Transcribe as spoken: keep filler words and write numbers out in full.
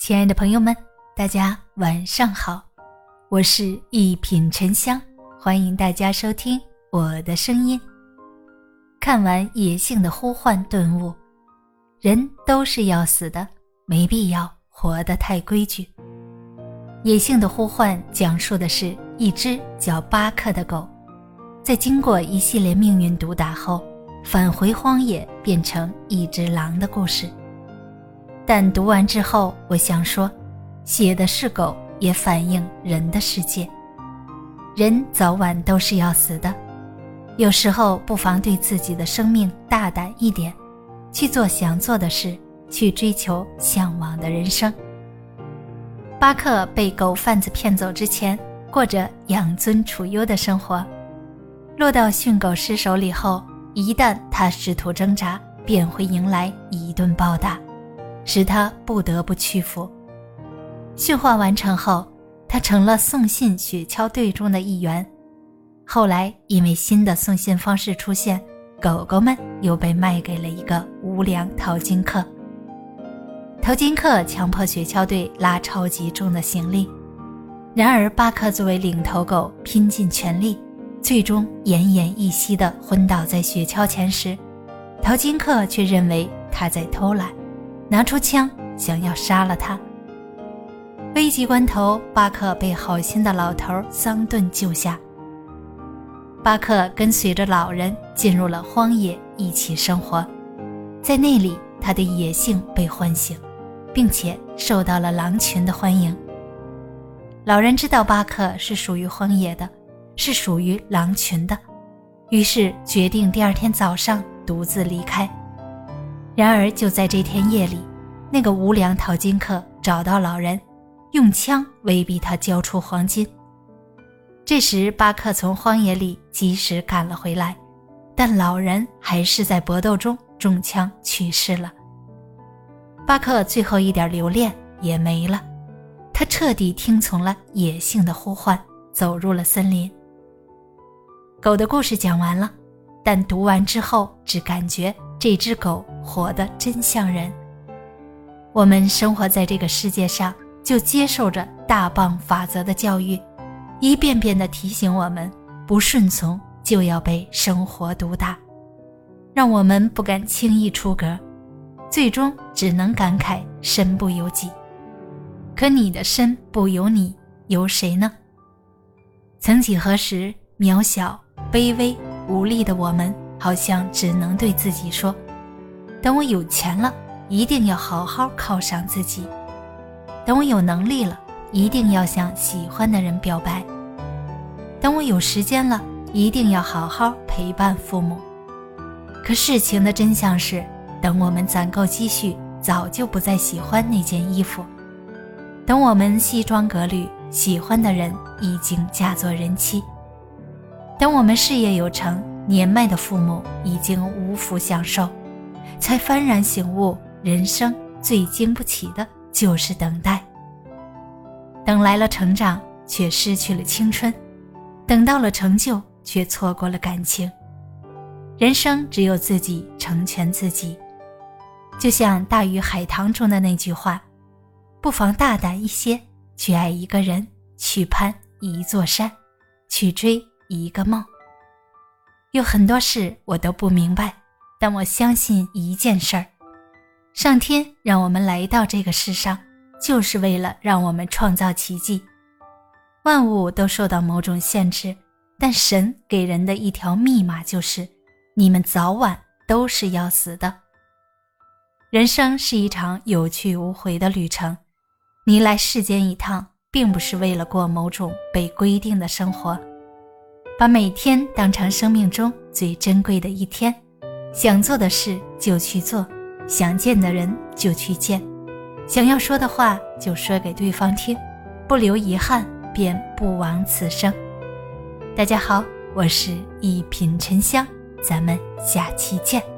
亲爱的朋友们，大家晚上好，我是一品沉香，欢迎大家收听我的声音。看完《野性的呼唤》顿悟，人都是要死的，没必要活得太规矩。《野性的呼唤》讲述的是一只叫巴克的狗，在经过一系列命运毒打后，返回荒野变成一只狼的故事。但读完之后，我想说，写的是狗，也反映人的世界。人早晚都是要死的，有时候不妨对自己的生命大胆一点，去做想做的事，去追求向往的人生。巴克被狗贩子骗走之前，过着养尊处优的生活。落到训狗师手里后，一旦他试图挣扎，便会迎来一顿暴打，使他不得不屈服。驯化完成后，他成了送信雪橇队中的一员。后来因为新的送信方式出现，狗狗们又被卖给了一个无良淘金客。淘金客强迫雪橇队拉超级重的行李，然而巴克作为领头狗拼尽全力，最终奄奄一息地昏倒在雪橇前时，淘金客却认为他在偷懒，拿出枪想要杀了他。危急关头，巴克被好心的老头桑顿救下。巴克跟随着老人进入了荒野一起生活，在那里他的野性被唤醒，并且受到了狼群的欢迎。老人知道巴克是属于荒野的，是属于狼群的，于是决定第二天早上独自离开。然而就在这天夜里，那个无良淘金客找到老人，用枪威逼他交出黄金。这时巴克从荒野里及时赶了回来，但老人还是在搏斗中中枪去世了。巴克最后一点留恋也没了，他彻底听从了野性的呼唤，走入了森林。狗的故事讲完了，但读完之后只感觉这只狗活得真像人。我们生活在这个世界上，就接受着大棒法则的教育，一遍遍地提醒我们，不顺从就要被生活毒打，让我们不敢轻易出格，最终只能感慨身不由己。可你的身不由你，由谁呢？曾几何时，渺小、卑微、无力的我们，好像只能对自己说，等我有钱了，一定要好好犒赏自己，等我有能力了，一定要向喜欢的人表白，等我有时间了，一定要好好陪伴父母。可事情的真相是，等我们攒够积蓄，早就不再喜欢那件衣服，等我们西装革履，喜欢的人已经嫁作人妻，等我们事业有成，年迈的父母已经无福享受，才幡然醒悟，人生最经不起的就是等待。等来了成长，却失去了青春；等到了成就，却错过了感情。人生只有自己成全自己。就像《大鱼海棠》中的那句话，不妨大胆一些，去爱一个人，去攀一座山，去追一个梦。有很多事我都不明白，但我相信一件事儿，上天让我们来到这个世上，就是为了让我们创造奇迹。万物都受到某种限制，但神给人的一条密码就是，你们早晚都是要死的。人生是一场有去无回的旅程，你来世间一趟，并不是为了过某种被规定的生活，把每天当成生命中最珍贵的一天，想做的事就去做，想见的人就去见，想要说的话就说给对方听，不留遗憾，便不枉此生。大家好，我是一品沉香，咱们下期见。